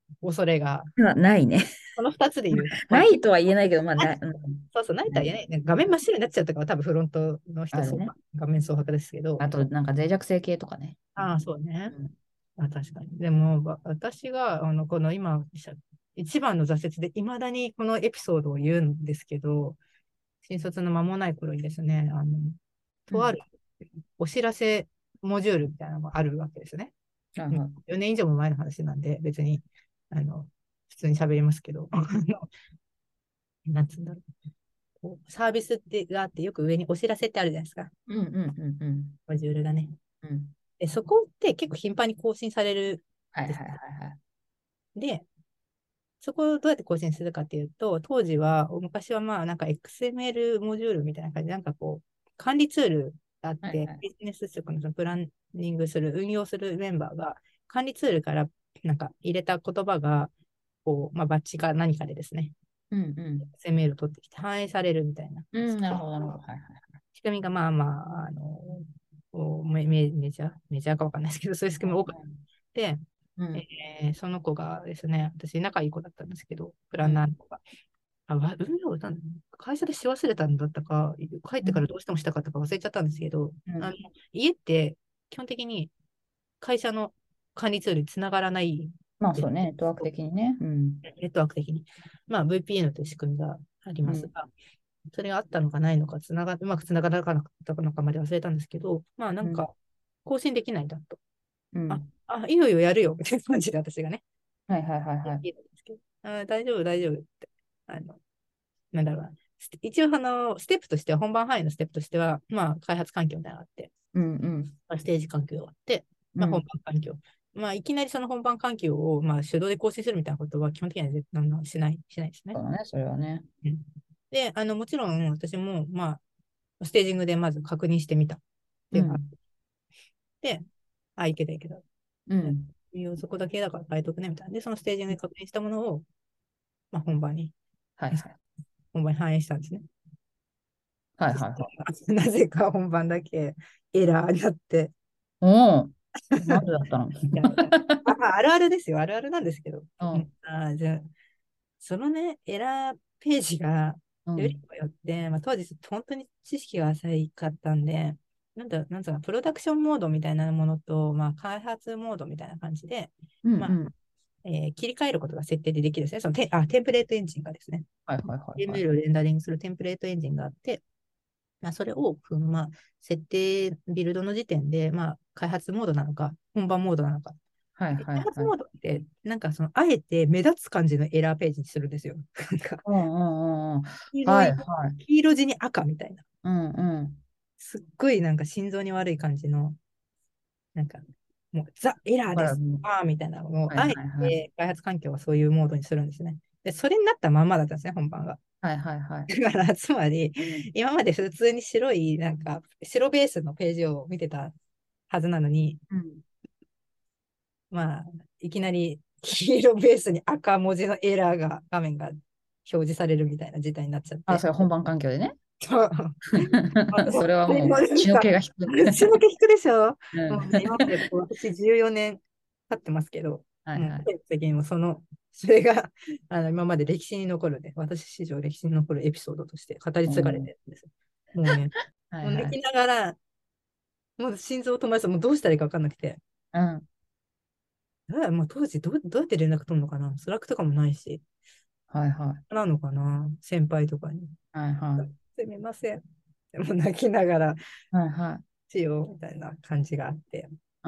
[SPEAKER 1] 恐れが、
[SPEAKER 2] なないね。
[SPEAKER 1] このふたつで言う。まあ、
[SPEAKER 2] ないとは言えないけど、まあ、な
[SPEAKER 1] ない
[SPEAKER 2] い。うん、
[SPEAKER 1] そうそう、ないとは言え
[SPEAKER 2] ない。
[SPEAKER 1] ない。なんか画面真っ白になっちゃったから、多分フロントの人、そう
[SPEAKER 2] あるね。
[SPEAKER 1] 画面蒼白ですけど、
[SPEAKER 2] あと、なんか脆弱性系とかね。
[SPEAKER 1] ああ、そうね。
[SPEAKER 2] うん。
[SPEAKER 1] あ、確かに。でも、わ私が、あの、この今、一番の挫折で、いまだにこのエピソードを言うんですけど、新卒の間もない頃にですね、あの、
[SPEAKER 2] うん。
[SPEAKER 1] とあるお知らせモジュールみたいなのがあるわけですね。
[SPEAKER 2] はいはい。
[SPEAKER 1] よねん以上も前の話なんで、別に、あの、普通に喋りますけど、あのなんつうんだろう。こうサービスってがあって、よく上にお知らせってあるじゃないですか。
[SPEAKER 2] うんうんうんうん。
[SPEAKER 1] モジュールがね。
[SPEAKER 2] うん。
[SPEAKER 1] で、そこって結構頻繁に更新されるんです。
[SPEAKER 2] はいはいはいはい。
[SPEAKER 1] で、そこをどうやって更新するかっていうと、当時は、昔はまあ、なんか エックスエムエル モジュールみたいな感じで、なんかこう、管理ツールがあって、
[SPEAKER 2] はいはい。
[SPEAKER 1] ビジネス職のそのプランニングする、運用するメンバーが、管理ツールからなんか入れた言葉が、こう、まあ、バッチか何かでですね、
[SPEAKER 2] うんうん。
[SPEAKER 1] エックスエムエル を取ってきて反映されるみたいな
[SPEAKER 2] うん、なるほど、なるほど。はいはい。
[SPEAKER 1] 仕組みが、まあまあ、あの、こうメメメジャー、メジャーかわかんないですけど、そういう仕組みが多くて、
[SPEAKER 2] うん。
[SPEAKER 1] えーその子がですね、私仲いい子だったんですけど、プラ
[SPEAKER 2] うん。
[SPEAKER 1] ンナーの子が、あ、わ運用なん会社でし忘れたんだったか、帰っ
[SPEAKER 2] うん。
[SPEAKER 1] てからどうしてもしたかったか忘れちゃったんですけど、
[SPEAKER 2] うん。
[SPEAKER 1] あの家って基本的に会社の管理ツールにつながらないです。
[SPEAKER 2] まあそうね、ネットワーク的にね。うん。
[SPEAKER 1] ネットワーク的に。まあ ブイピーエヌ という仕組みがあり
[SPEAKER 2] うん。
[SPEAKER 1] ますが、それがあったのかないのか、つながうまくつながらなかったのかまで忘れたんですけど、まあな
[SPEAKER 2] うん。
[SPEAKER 1] んか更新できないんだと。あ、
[SPEAKER 2] うん。
[SPEAKER 1] あ、いいよいいよやるよみたいな感じで私がね、
[SPEAKER 2] はいはいはいはい。
[SPEAKER 1] 聞いたんですけど、あ、大丈夫大丈夫って。あのなんだろうな。一応、あの、ステップとしては、本番範囲のステップとしては、まあ、開発環境みたいなのがあって、
[SPEAKER 2] うんうん。
[SPEAKER 1] ステージ環境があって、まあ、本
[SPEAKER 2] うん。
[SPEAKER 1] 番環境。まあ、いきなりその本番環境を、まあ、手動で更新するみたいなことは基本的には絶対あのしない、しないですね。
[SPEAKER 2] そうだね、それはね。
[SPEAKER 1] うん、で、あの、もちろん私も、まあ、ステージングでまず確認してみたっていうのがあっ
[SPEAKER 2] うん。
[SPEAKER 1] て、あ、いけたいけた。ね、
[SPEAKER 2] うん。
[SPEAKER 1] いいよそこだけだから変えとくね、みたいな。で、そのステージングで確認したものを、まあ、本番に、
[SPEAKER 2] はいはい。
[SPEAKER 1] 本番に反映したんですね。
[SPEAKER 2] はい
[SPEAKER 1] そし
[SPEAKER 2] はいはい。
[SPEAKER 1] たらなぜか本番だけエラーになって、
[SPEAKER 2] おお、なんでだったの？
[SPEAKER 1] いやいや、あ、まあ、あるあるですよ。あるあるなんですけど。うん、
[SPEAKER 2] うん。
[SPEAKER 1] あ、じゃあ、そのね、エラーページが、より
[SPEAKER 2] うん。
[SPEAKER 1] にもよって、まあ、当時、本当に知識が浅かったんで、なんだ、なんつうか、プロダクションモードみたいなものと、まあ、開発モードみたいな感じで、
[SPEAKER 2] うんう
[SPEAKER 1] まあ、
[SPEAKER 2] ん。
[SPEAKER 1] えー切り替えることが設定でできるんですね。そのテあ、テンプレートエンジンがですね。
[SPEAKER 2] はいはいはいはい。
[SPEAKER 1] エムエル をレンダリングするテンプレートエンジンがあって、まあ、それを、まあ、設定、ビルドの時点で、まあ、開発モードなのか、本番モードなのか。
[SPEAKER 2] はい
[SPEAKER 1] で開発
[SPEAKER 2] はいはい。
[SPEAKER 1] モードって、なんかその、あえて目立つ感じのエラーページにするんですよ。なんか、
[SPEAKER 2] うんうんうんうん。
[SPEAKER 1] 黄色い、
[SPEAKER 2] はいはい。
[SPEAKER 1] 黄色地に赤みたいな。
[SPEAKER 2] うんうん。
[SPEAKER 1] すっごいなんか心臓に悪い感じの、なんか、もうザ・エラーです。
[SPEAKER 2] だから、うん、
[SPEAKER 1] あーみたいなのを、
[SPEAKER 2] はい
[SPEAKER 1] あえ
[SPEAKER 2] はいはい。
[SPEAKER 1] て開発環境はそういうモードにするんですね。で、それになったまんまだったんですね、本番が。
[SPEAKER 2] はいはいはい。
[SPEAKER 1] だから、つまり、今まで普通に白い、なんか、白ベースのページを見てたはずなのに、
[SPEAKER 2] うん。
[SPEAKER 1] まあ、いきなり黄色ベースに赤文字のエラーが、画面が表示されるみたいな事態になっちゃっ
[SPEAKER 2] あ、
[SPEAKER 1] て。
[SPEAKER 2] それ本番環境でね。
[SPEAKER 1] そう
[SPEAKER 2] それは
[SPEAKER 1] でも
[SPEAKER 2] もう
[SPEAKER 1] なんか、
[SPEAKER 2] 血の気が引く。
[SPEAKER 1] 血の気引くでしょ。
[SPEAKER 2] うん。
[SPEAKER 1] もうね、今までこう私じゅうよねん経ってますけど、もう、
[SPEAKER 2] はいはい。
[SPEAKER 1] 的にもその、それがあの今まで歴史に残るね、私史上歴史に残るエピソードとして語り継がれ
[SPEAKER 2] うん。
[SPEAKER 1] てるんです。もうね、もう泣き
[SPEAKER 2] はいはい。
[SPEAKER 1] ながら、もう心臓止まりそう、もうどうしたらいいか分かんなくて、
[SPEAKER 2] うん。
[SPEAKER 1] えもう当時どう、どうやって連絡取るのかな、スラックとかもないし、
[SPEAKER 2] はいはい。
[SPEAKER 1] なのかな、先輩とかに。
[SPEAKER 2] はいはい。
[SPEAKER 1] すみません。でも泣きながら
[SPEAKER 2] はいはい。
[SPEAKER 1] しようみたいな感じがあって。
[SPEAKER 2] うん。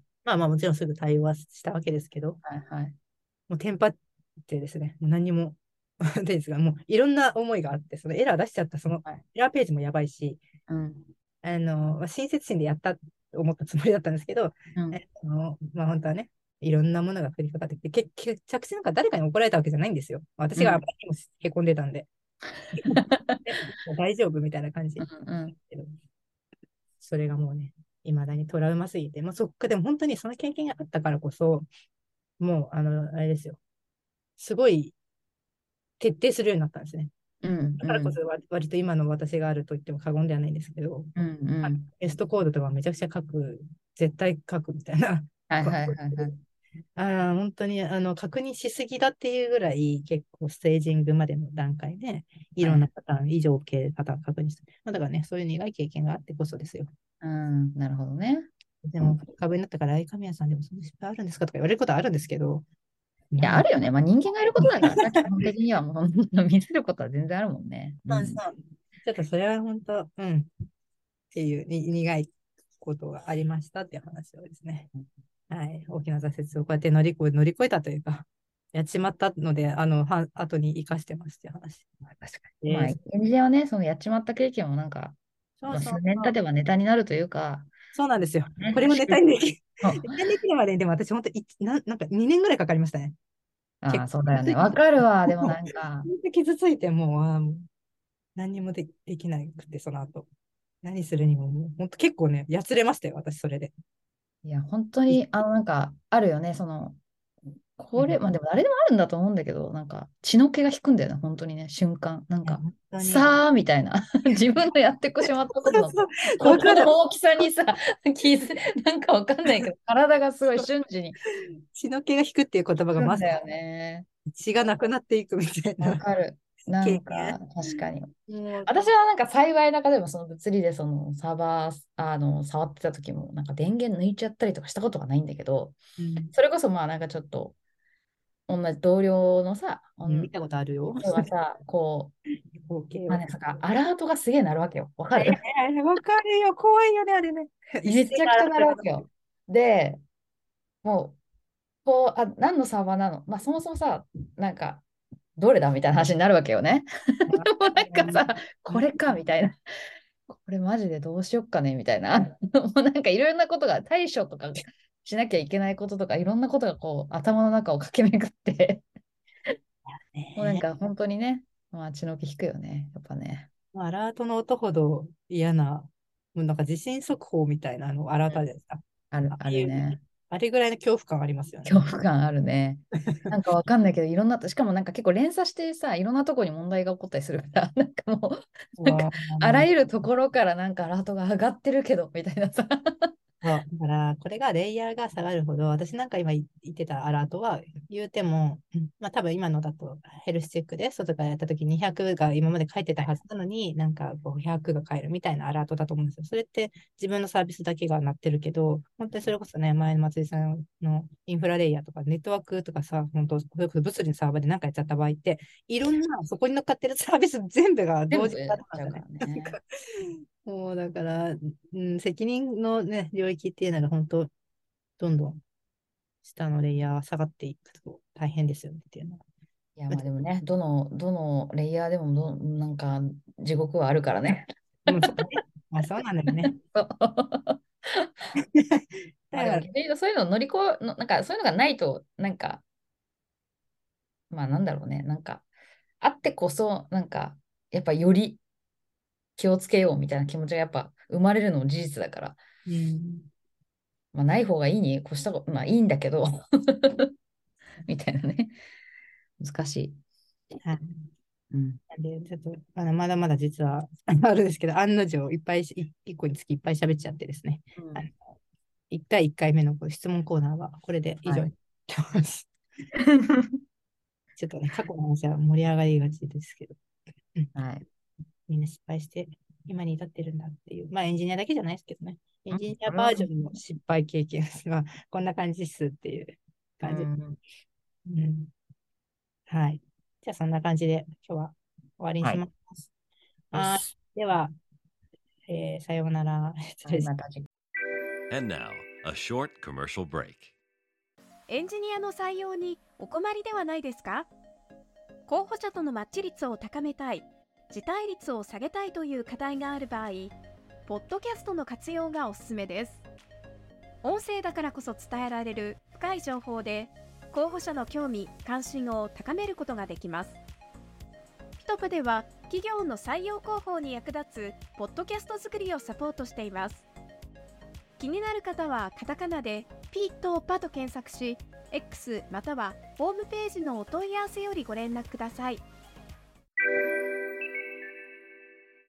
[SPEAKER 1] まあまあもちろんすぐ対応はしたわけですけど、
[SPEAKER 2] はいはい。
[SPEAKER 1] もうテンパってですね、もう何にもですが、もういろんな思いがあって、そのエラー出しちゃったその
[SPEAKER 2] はい。
[SPEAKER 1] エラーページもやばいし、
[SPEAKER 2] うん。
[SPEAKER 1] あの、まあ、親切心でやったと思ったつもりだったんですけど、
[SPEAKER 2] うん。
[SPEAKER 1] あの、まあ本当はね、いろんなものが降りかかってきて、結局、着地なんか誰かに怒られたわけじゃないんですよ。私
[SPEAKER 2] うん。
[SPEAKER 1] があまりにもへこんでたんで、でもう大丈夫みたいな感じ。
[SPEAKER 2] うん。
[SPEAKER 1] それがもうね、いまだにトラウマすぎて、もうそっか、でも本当にその経験があったからこそ、もう、あの、あれですよ。すごい徹底するようになったんですね。
[SPEAKER 2] うん。
[SPEAKER 1] だ
[SPEAKER 2] うん。
[SPEAKER 1] からこそ割割と今の私があると言っても過言ではないんですけど、
[SPEAKER 2] うん。うん。
[SPEAKER 1] テストコードとかめちゃくちゃ書く、絶対書くみたいな。
[SPEAKER 2] はいはいはいはい。
[SPEAKER 1] あー本当にあの確認しすぎだっていうぐらい、結構ステージングまでの段階で、いろんな
[SPEAKER 2] はい。
[SPEAKER 1] パターン、異常系パターン確認する。まあ、だからね、そういう苦い経験があってこそですよ。
[SPEAKER 2] うん、なるほどね。
[SPEAKER 1] でも、株になったから、あ神谷さんでもその失敗あるんですかとか言われることはあるんですけど、
[SPEAKER 2] いや、
[SPEAKER 1] まあ、
[SPEAKER 2] あるよね。まあ人間がいることだからさ、基本的にはもう見せることは全然あるもんね。うん。
[SPEAKER 1] そうそうちょっとそれは本当、うん、っていうに苦いことがありましたっていう話をですね。はい。大きな挫折をこうやって乗り越え、乗り越えたというか、やっちまったので、あの、は後に生かしてますっていう話
[SPEAKER 2] まあ確かに。まあ、
[SPEAKER 1] です。
[SPEAKER 2] エンジニアはね、そのやっちまった経験もなんか、
[SPEAKER 1] そう
[SPEAKER 2] まあ、
[SPEAKER 1] そうそう。
[SPEAKER 2] 数年経てばネタになるというか、
[SPEAKER 1] そうなんですよ。こ
[SPEAKER 2] ね、
[SPEAKER 1] れをネタにできる。
[SPEAKER 2] そう
[SPEAKER 1] ネタにできるまでに、でも私、本当いな、なんかにねんぐらいかかりましたね。
[SPEAKER 2] ああ、
[SPEAKER 1] 結構
[SPEAKER 2] そうだよね。
[SPEAKER 1] 傷ついて、
[SPEAKER 2] わかるわ。でも
[SPEAKER 1] もう、
[SPEAKER 2] なんか、
[SPEAKER 1] 本当傷ついて、もう、あーもう何にもで、できなくて、その後。何するにも、もう、本当結構ね、やつれましたよ、私、それで。
[SPEAKER 2] いや、本当
[SPEAKER 1] い
[SPEAKER 2] に、あの、なんか、あるよね。その、これ、
[SPEAKER 1] うん、
[SPEAKER 2] まあでも誰でもあるんだと思うんだけど、なんか血の気が引くんだよね、本当にね、瞬間。なん
[SPEAKER 1] いや、
[SPEAKER 2] か、
[SPEAKER 1] 本当に。
[SPEAKER 2] さあみたいな。自分のやってしまったことの、
[SPEAKER 1] そうそう、わかる。
[SPEAKER 2] ことの大きさにさ、気づ、なんかわかんないけど、体がすごい瞬時に
[SPEAKER 1] 血の気が引くっていう言葉がまさ
[SPEAKER 2] 引くんだよね。
[SPEAKER 1] に血がなくなっていくみたいな
[SPEAKER 2] わかる。な
[SPEAKER 1] 経験。
[SPEAKER 2] んか、確かに。
[SPEAKER 1] もう、
[SPEAKER 2] 私はなんか幸いなかでもその物理でそのサーバー、あの、触ってた時も、なんか電源抜いちゃったりとかしたことがないんだけど、
[SPEAKER 1] うん、
[SPEAKER 2] それこそまあなんかちょっと、同じ同僚のさ、おん
[SPEAKER 1] 見たことあるよ。
[SPEAKER 2] 人がさ、こう、まあ
[SPEAKER 1] 光景を。
[SPEAKER 2] ね、なんかアラートがすげえ鳴るわけよ。わか
[SPEAKER 1] はい
[SPEAKER 2] る？
[SPEAKER 1] はいはい、わかるよ。怖いよね、あれね。一
[SPEAKER 2] め
[SPEAKER 1] 斉に
[SPEAKER 2] ちゃくちゃ鳴
[SPEAKER 1] 洗ってるの。
[SPEAKER 2] るわけよ。で、もう、こう、あ、何のサーバーなの？まあそもそもさ、なんか、どれだみたいな話になるわけよね。
[SPEAKER 1] わ
[SPEAKER 2] でも
[SPEAKER 1] かるよね。
[SPEAKER 2] なんかさ、これかみたいな。これマジでどうしよっかねみたいな。もうなんかいろんなことが、対処とかしなきゃいけないこととか、いろんなことがこう、頭の中を駆け巡ってもうなん
[SPEAKER 1] ね
[SPEAKER 2] か本当にね、まあ血の気引くよね。やっぱね。
[SPEAKER 1] アラートの音ほど嫌な、もうなんか地震速報みたいなのアラートあるじゃないですか。
[SPEAKER 2] ある、
[SPEAKER 1] ああいう、
[SPEAKER 2] あるね。
[SPEAKER 1] あれぐらいの恐怖感ありますよね。
[SPEAKER 2] 恐怖感あるね。なんかわかんないけど、いろんな、しかもなんか結構連鎖してさ、いろんなところに問題が起こったりするから、なんかもう、なんか
[SPEAKER 1] うわ
[SPEAKER 2] あらゆる
[SPEAKER 1] ー
[SPEAKER 2] ところからなんかアラートが上がってるけど、みたいなさ。
[SPEAKER 1] そう、だから、これがレイヤーが下がるほど、私なんか今言ってたアラートは、言うても、うんまあ多分今のだとヘルスチェックで外からやった時にひゃくが今まで書いてたはずなのに、なんかごひゃくが変えるみたいなアラートだと思うんですよ。それって自分のサービスだけがなってるけど、本当にそれこそね、前の松井さんのインフラレイヤーとかネットワークとかさ、本当、それこそ物理のサーバーで何かやっちゃった場合って、いろんなそこに乗っかってるサービス全部が同時に
[SPEAKER 2] 全部やっちゃうか
[SPEAKER 1] なったんですよね。
[SPEAKER 2] らね。
[SPEAKER 1] もうだから、うん、責任のね、領域っていうのが本当、どんどん下のレイヤー下がっていくと大変ですよねっていうのは。
[SPEAKER 2] いや、まあでもね、どの、どのレイヤーでもど、なんか地獄はあるからね。
[SPEAKER 1] うん、そうね。まあそうなんだよね。
[SPEAKER 2] そうまあでも
[SPEAKER 1] だから、
[SPEAKER 2] 逆に言うとそういうの乗り越え、のなんかそういうのがないと、なんか、まあなんだろうね、なんか、あってこそ、なんか、やっぱより気をつけようみたいな気持ちがやっぱ生まれるのも事実だから、
[SPEAKER 1] うん。
[SPEAKER 2] まあない方がいいに越したこと、まあいいんだけどみたいなね。難しい。
[SPEAKER 1] はい。
[SPEAKER 2] うん。
[SPEAKER 1] なんで、ちょっと、あの、まだまだ実は、あるんですけど、案の定、いっぱいし、い一個につきいっぱい喋っちゃってですね。あの、
[SPEAKER 2] うん。
[SPEAKER 1] いっだいいっかいめのこう質問コーナーは、これで以
[SPEAKER 2] はい。
[SPEAKER 1] 上になります。ちょっとね、過去の話は盛り上がりがちですけど、うん、
[SPEAKER 2] はい。
[SPEAKER 1] みんな失敗して今に至ってるんだっていう、まあエンジニアだけじゃないですけどね、エ
[SPEAKER 2] うん、
[SPEAKER 1] ンジニア
[SPEAKER 2] それは、
[SPEAKER 1] バージョンの失敗経験はこんな感じですっていう
[SPEAKER 2] う
[SPEAKER 1] 感じ。
[SPEAKER 2] ん。
[SPEAKER 1] うん、はい。じゃあそんな感じで今日は終わりに
[SPEAKER 2] はい。
[SPEAKER 1] します。はい。
[SPEAKER 2] よし。
[SPEAKER 1] では、えーさようなら。失
[SPEAKER 2] はい、
[SPEAKER 1] 礼し
[SPEAKER 2] また次回。
[SPEAKER 3] And now, a short commercial break.
[SPEAKER 4] エンジニアの採用にお困りではないですか？候補者とのマッチ率を高めたい、辞退率を下げたいという課題がある場合、ポッドキャストの活用がおすすめです。音声だからこそ伝えられる深い情報で、候補者の興味・関心を高めることができます。ピトプでは企業の採用広報に役立つポッドキャスト作りをサポートしています。気になる方はカタカナでピーとパと検索し、X またはホームページのお問い合わせよりご連絡ください。